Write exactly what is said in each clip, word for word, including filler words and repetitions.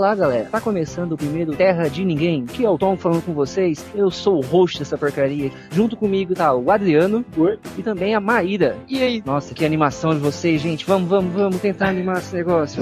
Olá, galera. Tá começando o primeiro Terra de Ninguém, que é o Tom falando com vocês. Eu sou o host dessa porcaria. Junto comigo tá o Adriano. Oi. E também a Maíra. E aí? Nossa, que animação de vocês, gente. Vamos, vamos, vamos tentar animar esse negócio.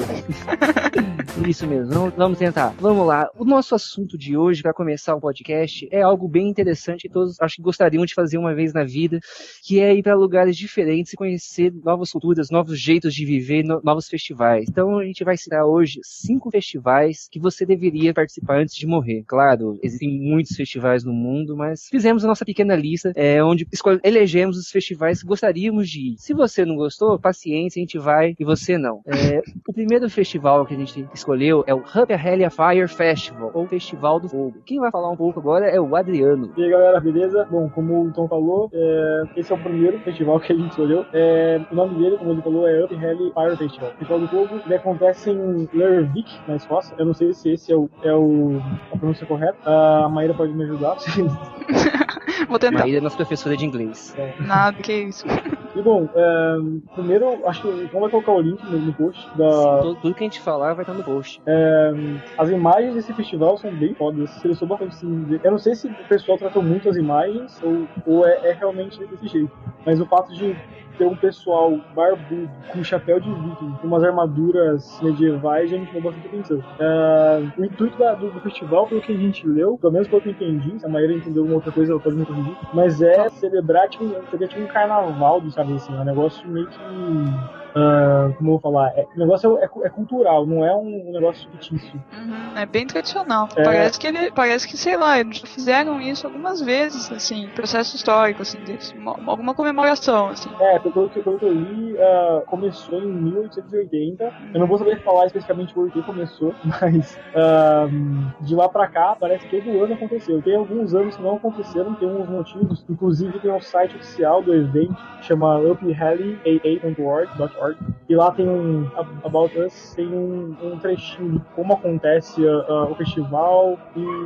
Isso mesmo, vamos, vamos tentar. Vamos lá. O nosso assunto de hoje, para começar o podcast, é algo bem interessante que todos acho que gostariam de fazer uma vez na vida, que é ir para lugares diferentes e conhecer novas culturas, novos jeitos de viver, no, novos festivais. Então a gente vai citar hoje cinco festivais que você deveria participar antes de morrer. Claro, existem muitos festivais no mundo, mas fizemos a nossa pequena lista, é, onde escolhe, elegemos os festivais que gostaríamos de ir. Se você não gostou, paciência, a gente vai e você não. É, o primeiro festival que a gente escolheu é o Upper Fire Festival, ou Festival do Fogo. Quem vai falar um pouco agora é o Adriano. E aí, galera, beleza? Bom, como o Tom falou, é, esse é o primeiro festival que a gente escolheu. É, o nome dele, como ele falou, é Upper Fire Festival. O Festival do Fogo, ele acontece em Lervik, na Escócia. Eu não sei se esse é, o, é o, a pronúncia correta. A Maíra pode me ajudar. Vou tentar. Maíra é nossa professora de inglês. É. Nada, que isso. E bom, é, primeiro, acho que o Tom vai colocar o link no, no post da... Sim, tudo, tudo que a gente falar vai estar no post. É, as imagens desse festival são bem fodas, selecionou bastante assim. Eu não sei se o pessoal tratou muito as imagens ou, ou é, é realmente desse jeito, mas o fato de ter um pessoal barbudo, com chapéu de viking, com umas armaduras medievais, já me chamou bastante atenção. É, o intuito da, do, do festival, pelo que a gente leu, pelo menos pelo que eu entendi, se a Maíra entendeu alguma outra coisa, ela pode me corrigir, mas é celebrar tipo, seria tipo um carnaval, sabe, assim, é um negócio meio que... Uh, como eu vou falar, é, o negócio é, é, é cultural, não é um, um negócio fictício. Uhum, é bem tradicional. É... Parece que ele, parece que, sei lá, eles já fizeram isso algumas vezes, assim, processo histórico, assim, deles, uma, alguma comemoração, assim. É, pelo que, pelo que eu li, uh, começou em mil oitocentos e oitenta. Eu não vou saber falar especificamente por que começou, mas uh, de lá pra cá, parece que todo ano aconteceu. Tem alguns anos que não aconteceram, tem uns motivos. Inclusive, tem um site oficial do evento, que chama uphalley ponto org. E lá tem um About Us, tem um, um trechinho de como acontece uh, uh, o festival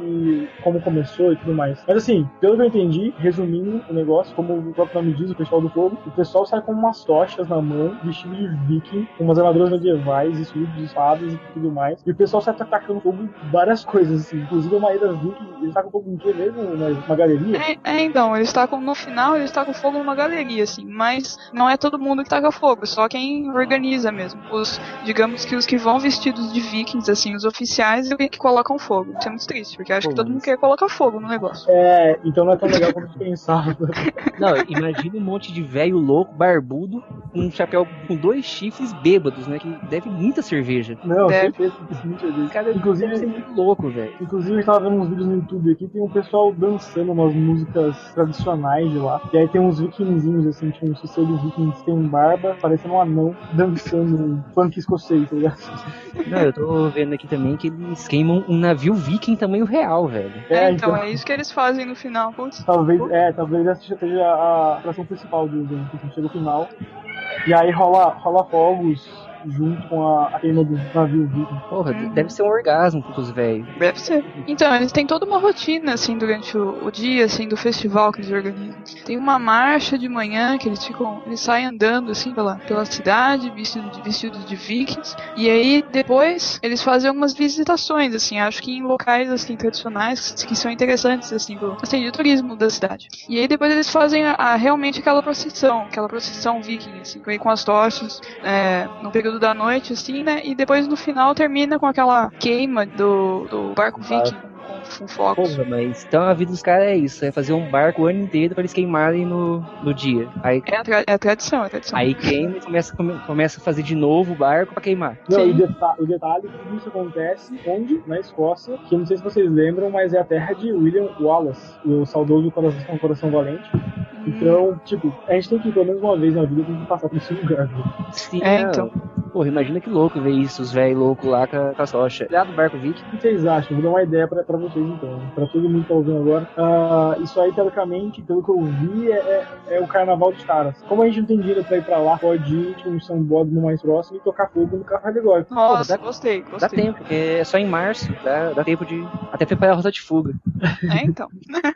e como começou e tudo mais. Mas assim, pelo que eu entendi, resumindo o negócio, como o próprio nome diz, o Festival do Fogo, o pessoal sai com umas tochas na mão, vestido de viking, com umas armaduras medievais, escudos, espadas e tudo mais. E o pessoal sai atacando fogo em várias coisas, assim. Inclusive a Maíra viu que eles tacam fogo em que mesmo? Uma, uma galeria? É, é, então, eles tacam no final, eles tacam fogo numa galeria, assim, mas não é todo mundo que taca fogo, só quem organiza mesmo. Os, digamos que os que vão vestidos de vikings, assim, os oficiais, é que colocam fogo. Isso é muito triste, porque eu acho Pô, que todo mas... mundo quer colocar fogo no negócio. É, então não é tão legal como a gente pensava. Não, imagina um monte de velho louco, barbudo, com um chapéu com dois chifres bêbados, né? Que deve muita cerveja. Não, deve. certeza, muito cerveja. Cara, inclusive, deve ser muito louco, velho. Inclusive, eu estava vendo uns vídeos no YouTube aqui, tem um pessoal dançando umas músicas tradicionais de lá. E aí tem uns vikingzinhos, assim, tipo um sucessor de vikings, tem um barba, parecendo um anão, dançando um funk escocês, tá ligado? Não, eu tô vendo aqui também que eles queimam um navio viking em tamanho real, velho. É, é então, então, é isso que eles fazem no final. Putz. Talvez, é, talvez essa seja a atração principal do evento, assim, chega o final. E aí rola, rola fogos junto com a, a queima do navio viking. Porra, uhum. Deve ser um orgasmo pros velhos. Deve ser. Então, eles têm toda uma rotina, assim, durante o, o dia, assim, do festival que eles organizam. Tem uma marcha de manhã que eles ficam, eles saem andando, assim, pela, pela cidade, vestidos de, vestidos de vikings. E aí, depois, eles fazem algumas visitações, assim, acho que em locais, assim, tradicionais, que, que são interessantes, assim, pro, assim, de turismo da cidade. E aí, depois eles fazem a, a, realmente aquela procissão, aquela procissão viking, assim, com as tochas, é, no período da noite, assim, né? E depois no final termina com aquela queima do, do barco viking com, com focos. Porra, mas então a vida dos caras é isso, é fazer um barco o ano inteiro pra eles queimarem no, no dia. Aí, é, a tra- é a tradição, é a tradição. Aí queima e começa, começa a fazer de novo o barco pra queimar. Não, e deta- o detalhe é que tudo isso acontece onde? Na Escócia, que eu não sei se vocês lembram, mas é a terra de William Wallace, o saudoso coração, coração valente. Então, tipo, a gente tem que ir pelo menos uma vez na vida, tem que passar por esse lugar, viu? Sim, é, então. Porra, imagina que louco ver isso, os velhos loucos lá com a, com a socha. Lá do barco viking. O que vocês acham? Vou dar uma ideia pra, pra vocês então, pra todo mundo que tá ouvindo agora. Uh, isso aí, teoricamente, pelo que eu vi, é, é, é o carnaval dos caras. Como a gente não tem dinheiro pra ir pra lá, pode ir tipo, no São Bode no mais próximo e tocar fogo no carro alegórico. Nossa, Pô, dá, gostei, gostei. Dá tempo, é só em março, dá, dá tempo de até preparar a rota de fuga. É, então.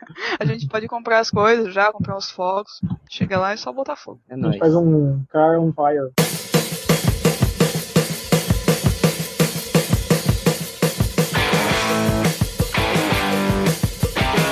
A gente pode comprar as coisas já, comprar os fogos. Chega lá e só botar fogo. É a nóis. gente faz um car on fire.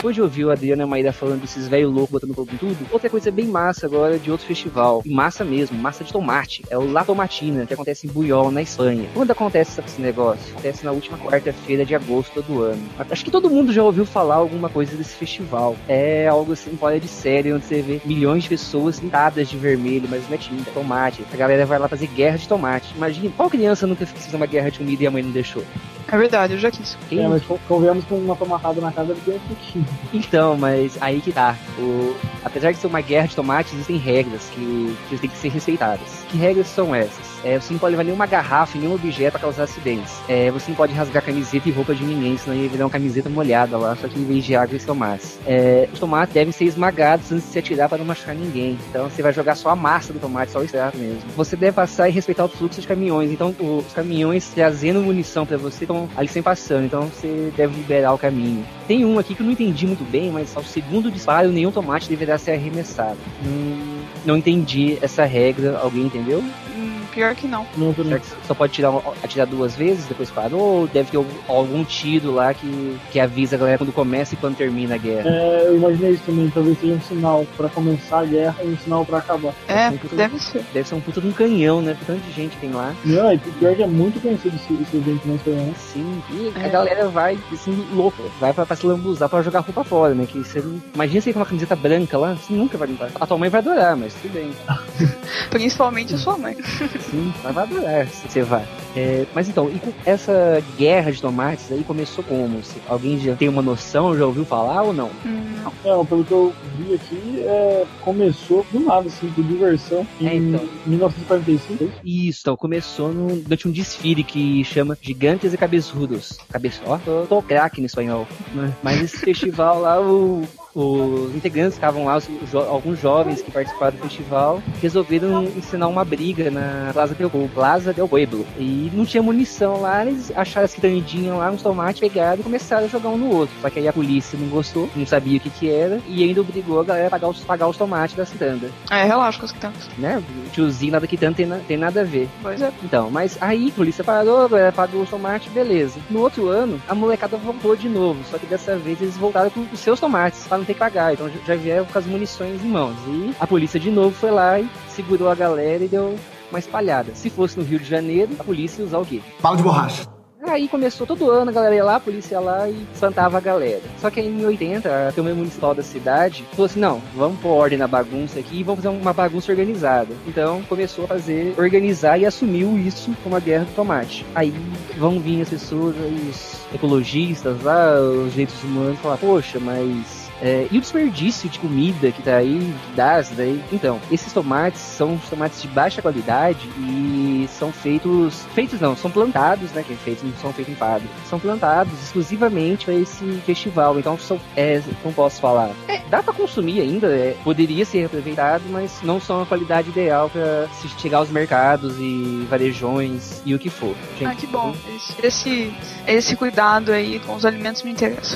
depois de ouvir o Adriano e a Maíra falando desses velho louco botando fogo em tudo, outra coisa bem massa agora de outro festival. E massa mesmo, massa de tomate. É o La Tomatina, que acontece em Buñol, na Espanha. Quando acontece esse negócio? Acontece na última quarta-feira de agosto do ano. Acho que todo mundo já ouviu falar alguma coisa desse festival. É algo assim, fora de série, onde você vê milhões de pessoas pintadas de vermelho, mas não é tinta, é tomate. A galera vai lá fazer guerra de tomate. Imagina, qual criança nunca quis fazer uma guerra de comida e a mãe não deixou? É verdade, eu já quis. Quem? É, mas convenhamos com uma tomatada na casa de bem pouquinho. Então, mas aí que tá. O... Apesar de ser uma guerra de tomates, existem regras que, que têm que ser respeitadas. Que regras são essas? É, você não pode levar nenhuma garrafa, nenhum objeto para causar acidentes. É, você não pode rasgar camiseta e roupa de ninguém, senão ia virar uma camiseta molhada lá, só que em vez de água e tomates. É, os tomates devem ser esmagados antes de se atirar para não machucar ninguém. Então você vai jogar só a massa do tomate, só o extrato mesmo. Você deve passar e respeitar o fluxo de caminhões. Então os caminhões trazendo munição para você estão ali sem passando, então você deve liberar o caminho. Tem um aqui que eu não entendi muito bem, mas ao segundo disparo nenhum tomate deverá ser arremessado. Hum, não entendi essa regra, alguém entendeu? Pior que não. Não, Será que só pode tirar, atirar duas vezes, depois parou? Ou deve ter algum tiro lá que, que avisa a galera quando começa e quando termina a guerra? É, eu imaginei isso também. Talvez seja um sinal pra começar a guerra e um sinal pra acabar. É, deve, um deve ser. Deve ser um puta de um canhão, né? Tanto de gente que tem lá. Não, e pior que é muito conhecido esse, esse evento na Espanha, né? Sim, e é. a galera vai, assim, louca. Vai pra, pra se lambuzar, pra jogar roupa fora, né? Que você, imagina você ir com uma camiseta branca lá, você nunca vai limpar. A tua mãe vai adorar, mas tudo bem. Principalmente a sua mãe. Sim, ela vai adorar se você vai. É, mas então, e com essa guerra de tomates aí começou como? Se alguém já tem uma noção, já ouviu falar ou não? Não. Não, pelo que eu vi aqui, é, começou do nada, assim, por diversão, em É, então. mil novecentos e quarenta e cinco. Isso, então, começou no, durante um desfile que chama Gigantes e Cabeçudos. Cabeça, ó, tô, tô craque no espanhol. Né? Mas esse festival lá, o... os integrantes estavam lá, os jo- alguns jovens que participaram do festival resolveram ensinar uma briga na Plaza del, Plaza del Pueblo. E não tinha munição lá, eles acharam as quitandinhas lá, uns tomates, pegaram e começaram a jogar um no outro. Só que aí a polícia não gostou, não sabia o que que era, e ainda obrigou a galera a pagar os, pagar os tomates da quitanda. É, relaxa com os quitantes. Né? O tiozinho lá da quitanda tem, na, tem nada a ver. Pois é. Então, mas aí a polícia parou, a galera pagou os tomates, beleza. No outro ano, a molecada voltou de novo, só que dessa vez eles voltaram com os seus tomates, pra não ter que pagar, então já vieram com as munições em mãos. E a polícia de novo foi lá e segurou a galera e deu uma espalhada. Se fosse no Rio de Janeiro, a polícia ia usar o quê? Bala de borracha. Aí começou todo ano, a galera ia lá, a polícia ia lá e espantava a galera. Só que aí em oitenta, a Câmara Municipal da cidade falou assim, não, vamos pôr ordem na bagunça aqui e vamos fazer uma bagunça organizada. Então começou a fazer, organizar e assumiu isso como a guerra do tomate. Aí vão vir as pessoas, os ecologistas lá, os direitos humanos, falar, poxa, mas... É, e o desperdício de comida que tá aí, que dá isso daí. Então, esses tomates são tomates de baixa qualidade e são feitos... Feitos não, são plantados, né? Que é feitos, não são feitos em fábrica. São plantados exclusivamente para esse festival. Então, são, é, não posso falar. É, dá para consumir ainda, é, poderia ser aproveitado, mas não são a qualidade ideal para se chegar aos mercados e varejões e o que for. Gente, Ah, que bom. Esse, esse, esse cuidado aí com os alimentos me interessa.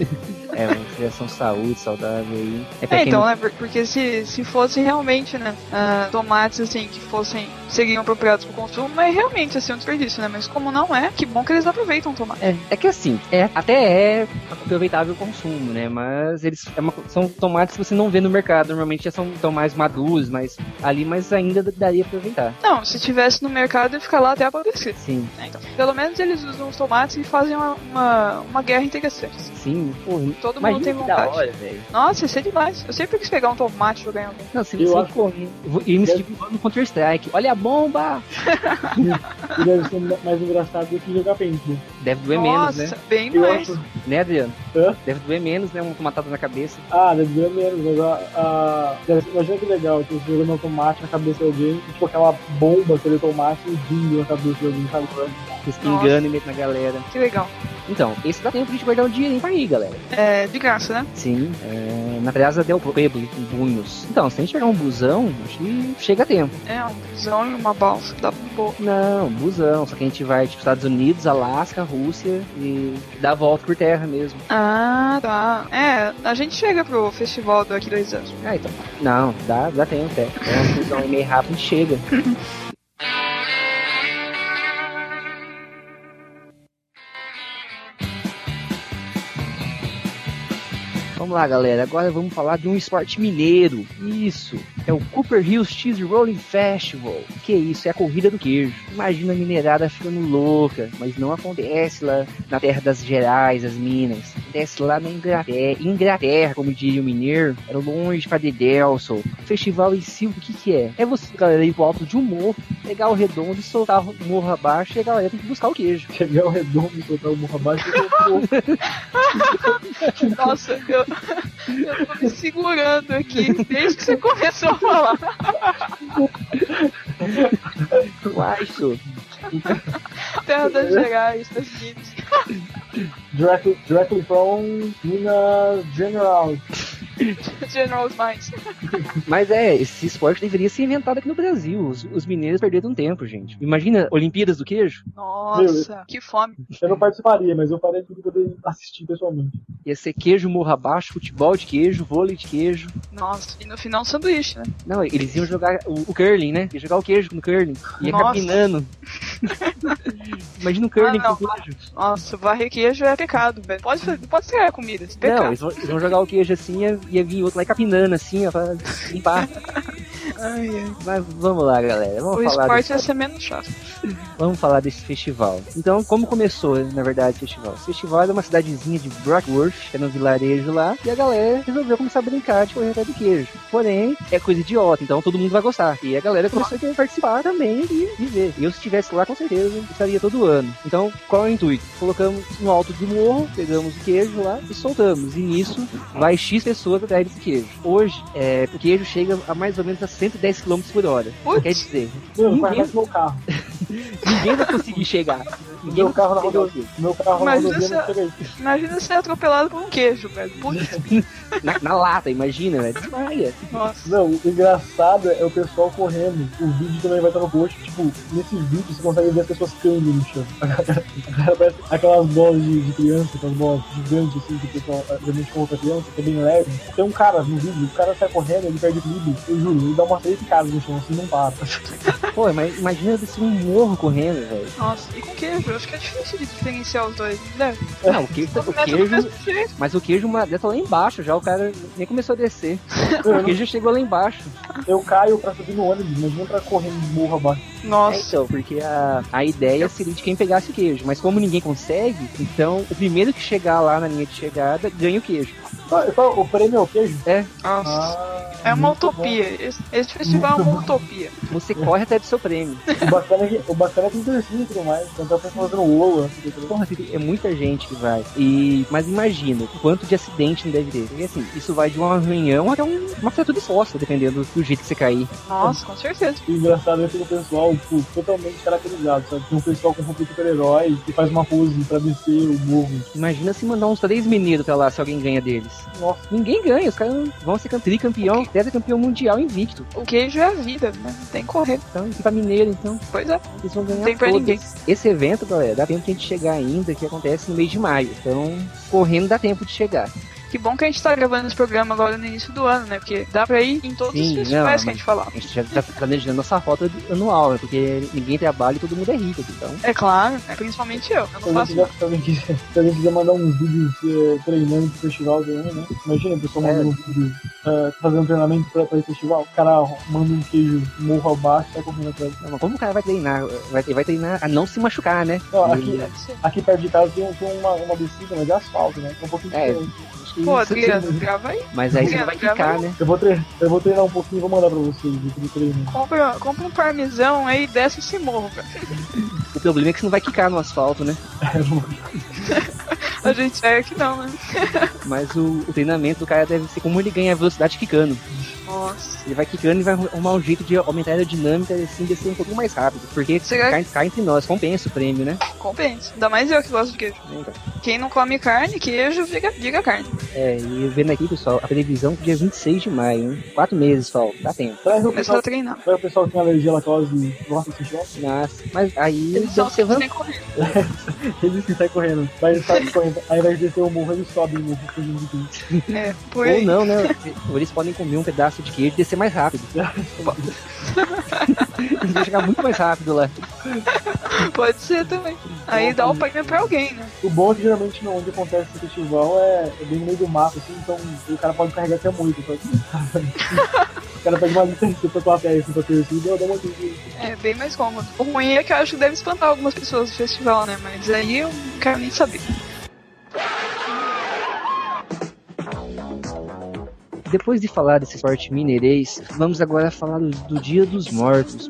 É, uma criação saúde, saudável aí. É, pra É, quem então, não- né? por- Porque se, se fosse realmente, né? ah, tomates, assim, que fossem... seriam apropriados para o consumo, mas realmente, assim, um desperdício, né? Mas como não é, que bom que eles aproveitam o tomate. É, é que assim, é, até é aproveitável o consumo, né? Mas eles é uma- são tomates que você não vê no mercado. Normalmente já são tão mais maduros, mas ali, mas ainda daria pra aproveitar. Não, se tivesse no mercado, ia ficar lá até apodrecer. Sim, Né? Então, pelo menos eles usam os tomates e fazem uma, uma, uma guerra interessante. sim. Pô, Todo imagina mundo tem que da vontade. hora, velho. Nossa, isso é demais. Eu sempre quis pegar um tomate e jogar em alguém. Não, se Eu você acho- correr. E me senti no Counter-Strike. Olha a bomba! E deve ser mais engraçado do que jogar paintball. Deve doer Nossa, menos, né? bem Eu mais. acho... Né, Adriano? Hã? Deve doer menos, né? Uma tomatada na cabeça. Ah, deve doer menos, mas a, a... deve- imagina que legal, tipo, você jogando um tomate na cabeça de alguém, e, tipo aquela bomba, aquele tomate vindo na cabeça de alguém, sabe? Respingando e meio na galera. Que legal. Então, esse dá tempo de a gente guardar um dinheirinho pra ir, galera. É, de graça, né? Sim, é, na Praça del Pueblo, em Bunhos. Então, se a gente pegar um busão, acho que chega a tempo. É, um busão e uma balsa. Dá um pouco. Não, busão, só que a gente vai, tipo, Estados Unidos, Alasca, Rússia e dá a volta por terra mesmo. Ah, tá. É, a gente chega pro festival daqui a dois anos. Ah, então, não, dá, dá tempo até. É um busão meio rápido, a gente chega. Vamos lá, galera. Agora vamos falar de um esporte mineiro. Isso. É o Cooper Hills Cheese Rolling Festival. Que isso? É a corrida do queijo. Imagina a minerada ficando louca. Mas não acontece lá na terra das Gerais, as Minas. Acontece lá na Inglaterra. Inglaterra, como diria o mineiro. Era longe pra Dedelson. O festival em si, o que que é? É você, galera, ir pro alto de um morro, pegar o redondo e soltar o morro abaixo. E a galera tem que buscar o queijo. Pegar o redondo e soltar o morro abaixo e Nossa, eu, eu tô me segurando aqui desde que você começou a falar. Acho. Terra das Gerais, das Minas. Directly, directly from Minas General. General's Minds. Mas é, esse esporte deveria ser inventado aqui no Brasil. Os, os mineiros perderam tempo, gente. Imagina Olimpíadas do Queijo. Nossa, Meu, que fome. Eu não participaria, mas eu faria tudo pra poder assistir pessoalmente. Ia ser queijo morro abaixo, futebol de queijo, vôlei de queijo. Nossa, e no final um sanduíche, né? Não, eles iam jogar o, o curling, né? Ia jogar o queijo no curling. Ia Nossa. capinando. Imagina o curling ah, com queijo. Nossa, varrer queijo é pecado, velho. Pode, pode ser comida. Não, eles vão, eles vão jogar o queijo assim e ia vir outro lá capinando assim, ó, pra limpar. Ai, ai. Mas vamos lá, galera. Vamos o falar esporte desse... ia ser menos chato. Vamos falar desse festival. Então, como começou, na verdade, o festival? Esse festival era uma cidadezinha de Brockworth, que era um vilarejo lá, e a galera resolveu começar a brincar de correr atrás do queijo. Porém, é coisa idiota, então todo mundo vai gostar. E a galera começou a querer participar também e, e ver. Eu, se estivesse lá, com certeza, estaria todo ano. Então, qual é o intuito? Colocamos no alto do morro, pegamos o queijo lá e soltamos. E nisso, vai X pessoas atrás desse queijo. Hoje, é, o queijo chega a mais ou menos a cento e dez quilômetros por hora. Putz. Quer dizer, Meu, ninguém... meu carro. ninguém vai conseguir chegar. Ninguém meu carro na rodovia. Meu carro na rodovia não chega aí. Imagina ser atropelado por um queijo, velho. na, na lata, imagina, velho. Desmaia. Nossa. Não, o engraçado é o pessoal correndo. O vídeo também vai estar no post. Tipo, nesse vídeo você consegue ver as pessoas caindo no chão. Parece aquelas bolas de, de criança, aquelas bolas gigantes assim, que o pessoal geralmente compra pra criança, que é bem leve. Tem um cara no vídeo, o cara sai correndo, ele perde equilíbrio. Eu juro, ele dá umas três picadas no chão, assim, não para. Pô, mas imagina desse um morro correndo, velho. Nossa, e com queijo? Eu acho que é difícil de diferenciar os dois, não deve? Não, o queijo, o queijo mas o queijo uma dessa lá embaixo, já o cara nem começou a descer. O queijo chegou lá embaixo. Eu caio pra subir no ônibus, imagina pra correr de morro abaixo. Nossa. É, então, porque a, a ideia seria de quem pegasse o queijo, mas como ninguém consegue, então o primeiro que chegar lá na linha de chegada ganha o queijo. O prêmio é o queijo? É. Nossa. Ah, é uma utopia. Esse, esse festival muito é uma bom. utopia. Você corre até do seu prêmio. O bacana é que, o bacana é que tem torcida e tudo mais. Então tá fazendo Lula. Porra, é muita gente que vai. E, mas imagina o quanto de acidente não deve ter. Porque assim, isso vai de um arranhão até um, uma fratura exposta, dependendo do jeito que você cair. Nossa, com certeza. O engraçado é que o pessoal, tipo, totalmente caracterizado, sabe? Tem um pessoal com roupa de super-herói que faz uma pose pra descer o morro. Imagina se mandar uns três mineiros pra lá, se alguém ganha deles. Nossa. Ninguém ganha, os caras vão ser tricampeão, tetracampeão mundial invicto. O queijo é a vida, né? Tem que correr. Então, e pra mineiro, então. Pois é. Eles vão ganhar Não tem pra todos. ninguém. Esse evento, galera, dá tempo de a gente chegar ainda, que acontece no mês de maio. Então, correndo dá tempo de chegar. Que bom que a gente tá gravando esse programa agora no início do ano, né? Porque dá pra ir em todos Sim, os festivais não, que a gente falar. A gente já tá planejando nossa rota anual, né? Porque ninguém trabalha e todo mundo é rico, então. É claro, é principalmente eu. Eu não Se faço. alguém, quiser, se, alguém quiser, se alguém quiser mandar uns vídeos é, treinando pro festival também, né? Imagina a pessoa mandando é. um vídeo é, fazendo um treinamento pra, pra esse festival. O cara manda um queijo morro abaixo e sai correndo atrás. Não, mas como o cara vai treinar? Vai, vai treinar a não se machucar, né? Não, aqui, aqui perto de casa tem, tem uma, uma descida, mas é asfalto, né? É um pouquinho é. diferente. Pô, Adriano, grava aí. Mas aí você não vai quicar, né? Eu vou, treinar, eu vou treinar um pouquinho e vou mandar pra vocês. Compra, compra um parmesão aí e desce esse morro, cara. O problema é que você não vai quicar no asfalto, né? A gente é que não, né? Mas o, o treinamento do cara deve ser como ele ganha velocidade quicando. Nossa. Ele vai quicando e vai arrumar um jeito de aumentar a aerodinâmica e assim descer um pouco mais rápido. Porque cá, cá entre nós, compensa o prêmio, né? Compensa. Ainda mais eu que gosto de queijo. Então. Quem não come carne, queijo, diga, diga carne. É, e vendo aqui, pessoal, a previsão pro dia vinte e seis de maio, hein? Quatro meses, Paulo. Dá tempo. Começou a treinar. Vai o pessoal que tem alergia à lactose e gosta de festival? Nossa, mas aí eles deve ser vantagem. Correndo. Eles que saem correndo. Mas eles saem correndo. Ao invés de descer o morro, eles sobem o morro. É, por Ou aí. não, né? Ou eles podem comer um pedaço de queijo e descer mais rápido. Eles vão chegar muito mais rápido lá. Pode ser também. Aí dá o prêmio pra alguém, né? O bom é que geralmente onde acontece esse festival é, é bem no meio do mato, assim, então o cara pode carregar até muito. Então, o cara pede uma licença pra plateia, assim, pra torcida, eu dou uma licença. É bem mais cômodo. O ruim é que eu acho que deve espantar algumas pessoas do festival, né? Mas aí eu não quero nem saber. Depois de falar desse esporte mineirês, vamos agora falar do, do Dia dos Mortos.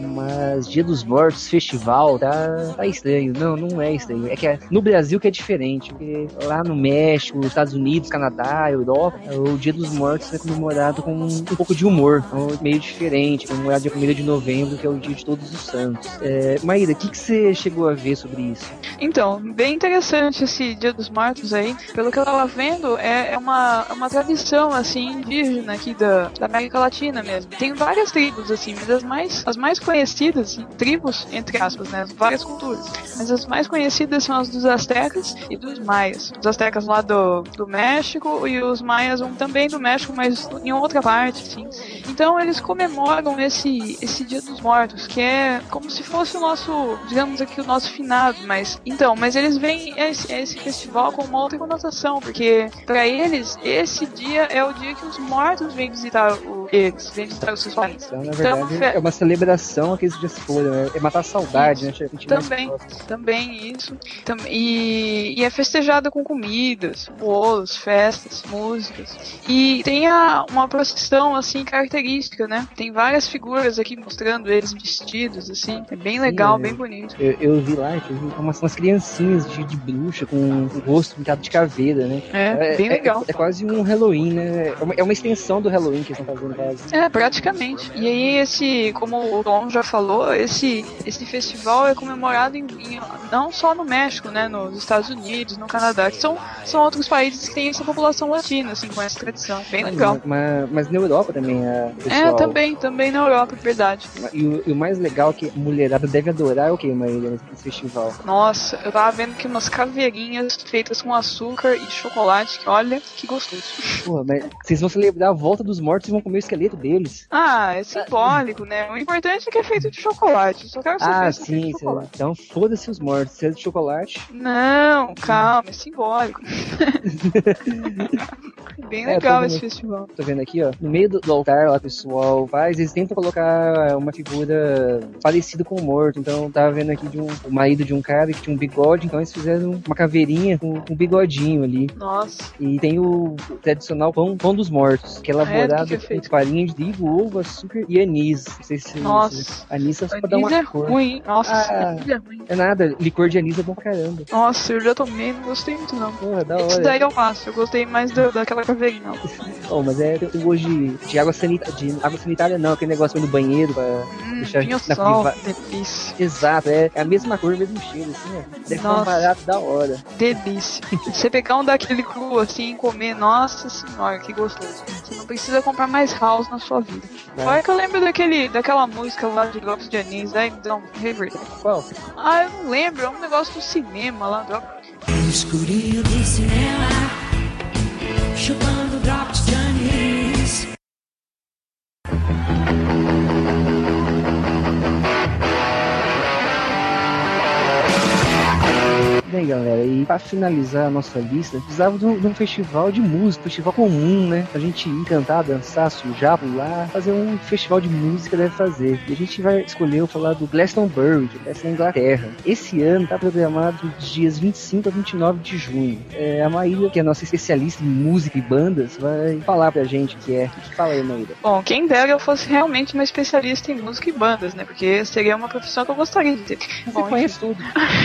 Mas Dia dos Mortos, festival, tá, tá estranho. Não, não é estranho. É que é no Brasil que é diferente. Porque lá no México, nos Estados Unidos, Canadá, Europa, o Dia dos Mortos é comemorado com um, um pouco de humor. Então, meio diferente. Comemorado dia primeiro de novembro, que é o Dia de Todos os Santos. É, Maíra, o que, que você chegou a ver sobre isso? Então, bem interessante esse Dia dos Mortos aí. Pelo que eu tava vendo, é, é uma, uma tradição, assim, indígena aqui da, da América Latina mesmo. Tem várias tribos, assim, mas as mais, as mais conhecidas, assim, tribos, entre aspas, né, várias culturas, mas as mais conhecidas são as dos astecas e dos maias. Os astecas lá do, do México e os maias um, também do México, mas em outra parte, assim. Então eles comemoram esse, esse Dia dos Mortos, que é como se fosse o nosso, digamos aqui, o nosso finado, mas, então, mas eles veem esse, esse festival com uma outra conotação, porque pra eles, esse dia é o dia que os mortos vêm visitar o, eles, vêm visitar os seus parentes. Então, na verdade, então, é uma celebração a que eles já se foram, é, é matar a saudade, isso, né? A gente também, também isso. Tam, e, e é festejado com comidas, bolos, festas, músicas. E tem a, uma procissão, assim, característica, né? Tem várias figuras aqui mostrando eles vestidos, assim. É bem legal, Sim, é, bem bonito. Eu, eu vi lá, eu vi umas, umas criancinhas de, de bruxa com o rosto pintado de caveira, né? É, é bem legal. É, é, é quase um Halloween, né? É uma, é uma extensão do Halloween que eles estão fazendo quase. É, praticamente. E aí esse, como o Tom já falou, esse, esse festival é comemorado em, em, não só no México, né? Nos Estados Unidos, no Canadá, que são, são outros países que têm essa população latina, assim, com essa tradição. Bem legal. Mas, mas na Europa também é. Pessoal... É, também, também na Europa, verdade. E o, e o mais legal é que a mulherada deve adorar o que, Maíra, nesse festival? Nossa, eu tava vendo que umas caveirinhas feitas com açúcar e chocolate, que olha, que gostoso. Pô, mas vocês vão celebrar a volta dos mortos e vão comer o esqueleto deles. Ah, é simbólico, né? O importante é que é feito de chocolate. Só quero saber ah, se sim, é de chocolate. Então foda-se os mortos. Se é de chocolate. Não, calma, é simbólico. Bem legal é, esse vendo, festival. Tô vendo aqui, ó. No meio do, do altar lá, pessoal faz, eles tentam colocar uma figura parecida com o morto. Então, tava vendo aqui de um o marido de um cara que tinha um bigode, então eles fizeram uma caveirinha com um bigodinho ali. Nossa. E tem o tradicional pão, pão dos mortos, que é elaborado é, que que é com farinha de trigo, ovo, açúcar e anis. Não sei se Nossa. Se, anis é só pra anis dar uma é cor. ruim. Nossa, ah, anis é ruim. É nada, licor de anis é bom pra caramba. Nossa, eu já tomei, não gostei muito não. Porra, da hora. Isso daí eu faço, eu gostei mais da, daquela caveirinha. Oh, mas é tem gosto de, de água sanitária, de água sanitária não, aquele negócio no banheiro pra hum, deixar vinho na sol, priva... delícia. Exato, é, é a mesma cor, o mesmo cheiro, assim, ó. Deve ficar um barato da hora. Delícia. Você pegar um daquele cru assim e comer, nossa senhora, que gostoso. Você não precisa comprar mais house na sua vida. É. Olha que eu lembro daquele, daquela música lá de Drops de Anis, aí então, reverter. Qual? Ah, eu não lembro, é um negócio do cinema lá, Drops. No escurinho do cinema, chupando Drops de Anis. Bem, galera, e pra finalizar a nossa lista, precisava de um, de um festival de música, festival comum, né? Pra gente ir cantar, dançar, sujar, pular, fazer um festival de música deve fazer. E a gente vai escolher eu falar do Glastonbury, que é na Inglaterra. Esse ano tá programado dos dias vinte e cinco a vinte e nove de junho. É, a Maíra, que é a nossa especialista em música e bandas, vai falar pra gente o que é. O que fala aí, Maíra? Bom, quem dera eu fosse realmente uma especialista em música e bandas, né? Porque seria uma profissão que eu gostaria de ter. Você Bom, conhece tudo.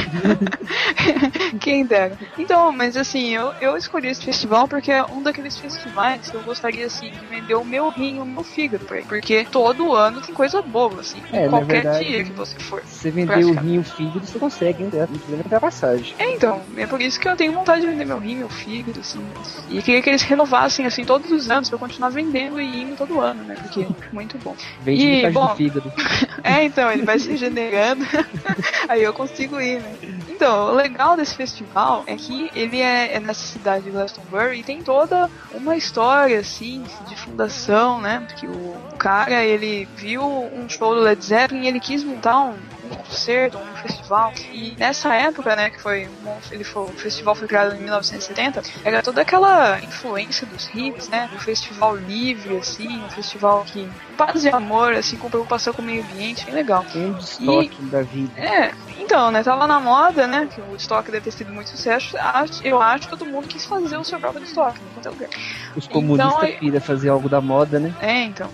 Quem dera. Então, mas assim, eu, eu escolhi esse festival porque é um daqueles festivais que eu gostaria, assim, de vender o meu rim, o meu fígado pra ele. Porque todo ano tem coisa boa, assim. É, qualquer verdade, dia que você for. Se você vender o rim e o fígado, você consegue, hein? Não precisa nem passagem. É, então. É por isso que eu tenho vontade de vender meu rim, meu fígado, assim. E queria que eles renovassem, assim, todos os anos pra eu continuar vendendo e indo todo ano, né? Porque é muito bom. Vende e, metade bom, do fígado. É, então, ele vai se regenerando. Aí eu consigo ir, né? Então, o legal desse festival é que ele é, é nessa cidade de Glastonbury e tem toda uma história, assim, de fundação, né? Porque o cara, ele viu um show do Led Zeppelin e ele quis montar um, um concerto, um festival. E nessa época, né, que foi, ele foi, o festival foi criado em mil novecentos e setenta, era toda aquela influência dos hippies, né, um festival livre, assim, um festival que paz e amor, assim, com preocupação com o meio ambiente, bem legal. Um estoque da vida. É, então, né, tava na moda, né, que o estoque deve ter sido muito sucesso, eu acho que todo mundo quis fazer o seu próprio estoque, em qualquer lugar. Os comunistas então, queriam fazer algo da moda, né? É, então.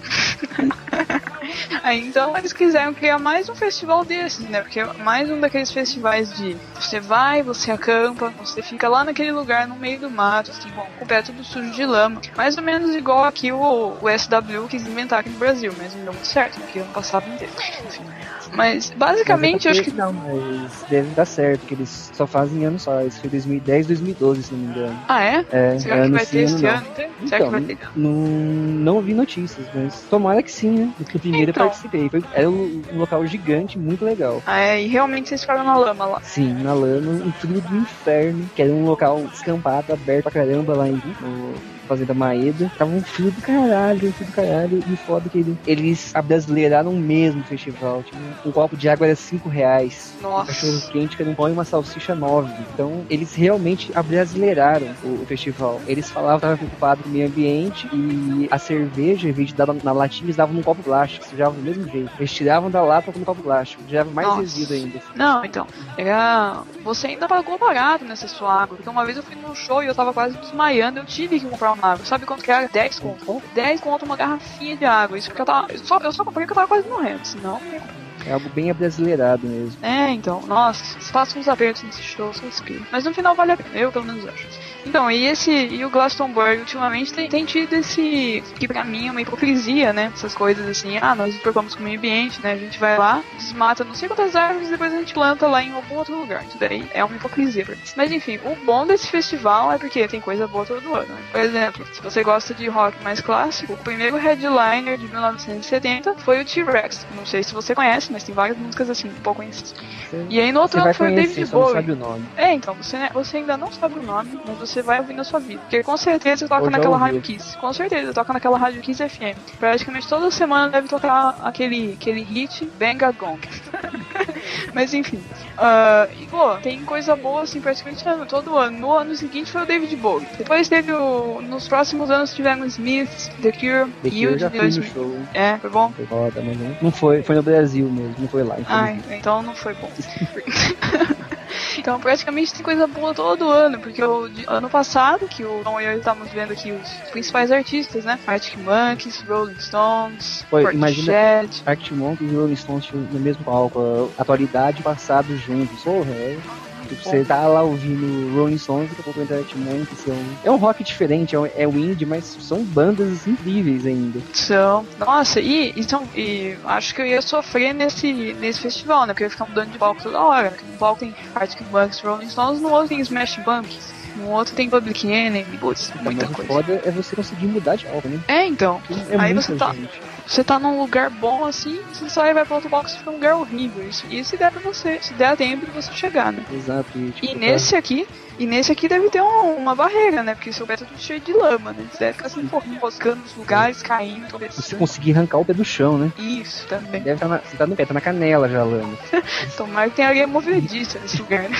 Aí, então eles quiseram criar mais um festival desses, né? Porque é mais um daqueles festivais de você vai, você acampa, você fica lá naquele lugar no meio do mato, assim, bom, com o pé tudo sujo de lama. Mais ou menos igual aqui o, o S W quis inventar aqui no Brasil, mas não deu muito certo, né? Porque ano passado inteiro. Enfim. Mas basicamente mas eu acho que. Não, mas deve dar certo, que eles só fazem ano só. Isso foi dois mil e dez, dois mil e doze, se não me engano. Ah, é? É, Será é que ano vai sim, ter ano esse não. ano? Então, Será Então, que vai ter? não, não vi notícias, mas tomara que sim, né? Porque o primeiro Então. eu participei. Foi, era um, um local gigante, muito legal. Ah, é, e realmente vocês ficaram na lama lá. Sim, na lama, um frio do inferno, que era um local descampado, aberto pra caramba lá em no Fazenda Maeda. Tava um frio do caralho, um frio do caralho, e foda que ele, eles abrasileiraram mesmo o festival. Tipo, um copo de água era cinco reais. Nossa. Um cachorro quente que era um pão e uma salsicha nove. Então, eles realmente abrasileiraram o, o festival. Eles falavam que estavam preocupados com o meio ambiente e a cerveja, em vez de dar na latinha, eles davam num copo plástico, sujavam do mesmo jeito. Eles tiravam da lata com um copo plástico, gerava mais Nossa. resíduo ainda. Não, então, era... você ainda pagou barato nessa sua água, porque uma vez eu fui num show e eu tava quase desmaiando, eu tive que comprar uma água. Sabe quanto que era? dez conto. dez conto uma garrafinha de água. Isso porque eu tava... Eu só, eu só comprei porque eu tava quase morrendo, senão... É algo bem abrasileirado mesmo. É, então, nossa, se passa uns apertos nesse show, só espelho. Mas no final vale a pena, eu pelo menos acho. Então, e esse, e o Glastonbury ultimamente tem, tem tido esse, que pra mim é uma hipocrisia, né? Essas coisas assim, ah, nós nos preocupamos com o meio ambiente, né? A gente vai lá, desmata não sei quantas árvores e depois a gente planta lá em algum outro lugar. Isso daí é uma hipocrisia pra mim. Mas enfim, o bom desse festival é porque tem coisa boa todo ano, né? Por exemplo, se você gosta de rock mais clássico, o primeiro headliner de mil novecentos e setenta foi o T-Rex. Não sei se você conhece, mas tem várias músicas assim, um pouco conhecidas. Você, e aí no outro ano foi o David Bowie. Você Bowie. sabe o nome. É, então, você, você ainda não sabe o nome, mas você vai ouvir na sua vida. Porque com certeza toca Ou já naquela ouviu. Rádio Kiss. Com certeza, toca naquela Rádio Kiss F M. Praticamente toda semana deve tocar aquele, aquele hit Bang a Gong. Mas enfim. Uh, e, pô, tem coisa boa assim praticamente ano, todo ano. No ano seguinte foi o David Bowie. Depois teve o. Nos próximos anos tivemos Smith, The Cure, The Cure Yield, já fui no show. É, foi bom? Foi foda, mas não, não foi. Foi no Brasil mesmo, não foi lá. Ai, então não foi bom. Então praticamente tem coisa boa todo ano, porque o de, ano passado, que o Tom e eu estávamos vendo aqui os principais artistas, né? Arctic Monkeys, Rolling Stones, Foi, Portishead. imagina Arctic Monkeys e Rolling Stones no mesmo palco, atualidade e passado juntos. Porra, é... Você tá lá ouvindo Rolling Stones, daqui a pouco entra Arctic Monkeys. É um, é um rock diferente, é, um, é um indie, mas são bandas incríveis ainda. São. Nossa, e, e, são, e acho que eu ia sofrer nesse, nesse festival, né? Porque eu ia ficar mudando de palco toda hora. Porque no palco tem Arctic Monkeys, Rolling Stones, no outro tem Smash Pumpkins. No outro tem Public Enemy, putz, muita mas coisa. O foda é você conseguir mudar de palco, né? É, então. É aí muita você tá. gente. Você tá num lugar bom assim, você sai e vai pra outro palco e fica num lugar horrível. Isso, e se der pra você, se der tempo de você chegar, né? Exato. E, tipo, E tá... nesse aqui, e nesse aqui deve ter um, uma barreira, né? Porque seu pé tá tudo cheio de lama, né? Você deve ficar assim, porra, enroscando nos lugares, caindo, tropeçando. Você conseguir arrancar o pé do chão, né? Isso, também. Deve estar na... Você tá no pé, tá na canela já, lama. Tomara que tenha areia movediça nesse lugar, né?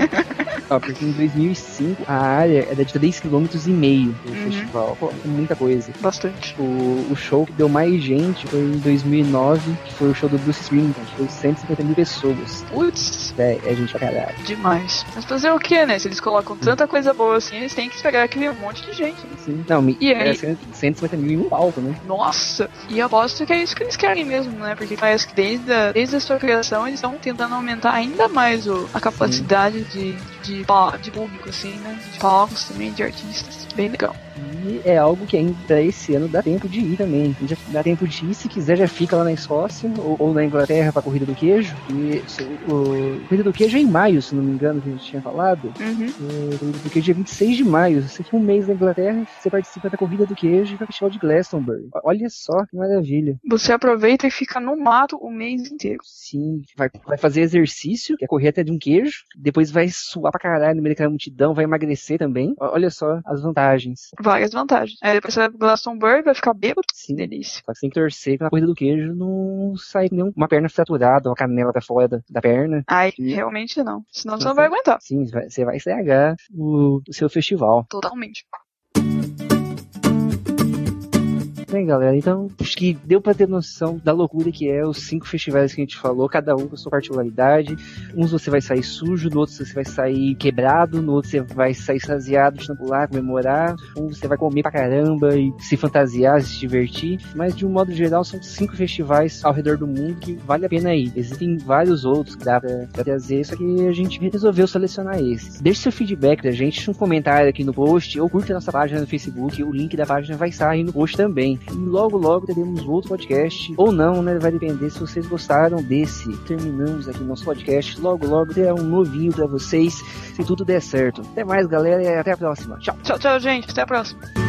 Ó, porque em dois mil e cinco a área era de três quilômetros e meio do Uhum. festival. Pô, é muita coisa. Bastante. O, o show que deu mais gente foi em dois mil e nove, que foi o show do Bruce Springsteen, que foi cento e cinquenta mil pessoas. Putz, É, é gente pra caralho. demais. Mas fazer o que, né? Se eles colocam tanta coisa boa assim, eles têm que esperar aquele monte de gente, né? Sim. Não, me, E é aí? cento e cinquenta mil em um palco, né? Nossa! E eu aposto que é isso que eles querem mesmo, né? Porque parece que desde a, desde a sua criação eles estão tentando aumentar ainda mais o, a capacidade de, de, pa- de público, assim, né? De palcos também, de artistas. Bem legal. E é algo que ainda esse ano dá tempo de ir também. Já dá tempo de ir, se quiser já fica lá na Escócia ou, ou na Inglaterra pra Corrida do Queijo. E o, a Corrida do Queijo é em maio, se não me engano, que a gente tinha falado. Uhum. A Corrida do Queijo é vinte e seis de maio. Você fica um mês na Inglaterra, você participa da Corrida do Queijo e vai festival de Glastonbury. Olha só que maravilha. Você aproveita e fica no mato o mês inteiro. Sim, vai, vai fazer exercício, que é correr até de um queijo, depois vai suar pra caralho no meio daquela multidão, vai emagrecer também. Olha só as vantagens. várias vantagens. Aí depois você vai pro Glastonbury, vai ficar bêbado. Sim. Delícia. Só que você tem que torcer que na corrida do queijo não sai nenhuma perna fraturada, uma canela pra fora da, da perna. Ai, E- realmente não. Senão você Sim, não vai aguentar. Sim, você vai- você vai estragar o, o seu festival. Totalmente. Bem, galera, então acho que deu pra ter noção da loucura que é os cinco festivais que a gente falou, cada um com a sua particularidade. Uns você vai sair sujo, no outro você vai sair quebrado, no outro você vai sair extasiado de tanto lá, comemorar, um você vai comer pra caramba e se fantasiar, se divertir. Mas de um modo geral são cinco festivais ao redor do mundo que vale a pena ir. Existem vários outros que dá pra, pra trazer, só que a gente resolveu selecionar esses. Deixe seu feedback da gente, um comentário aqui no post, ou curta a nossa página no Facebook, o link da página vai estar aí no post também. E logo, logo teremos outro podcast. Ou não, né? Vai depender se vocês gostaram desse. Terminamos aqui o nosso podcast. Logo, logo terá um novinho pra vocês, se tudo der certo. Até mais, galera, e até a próxima. Tchau. Tchau, tchau, gente. Até a próxima.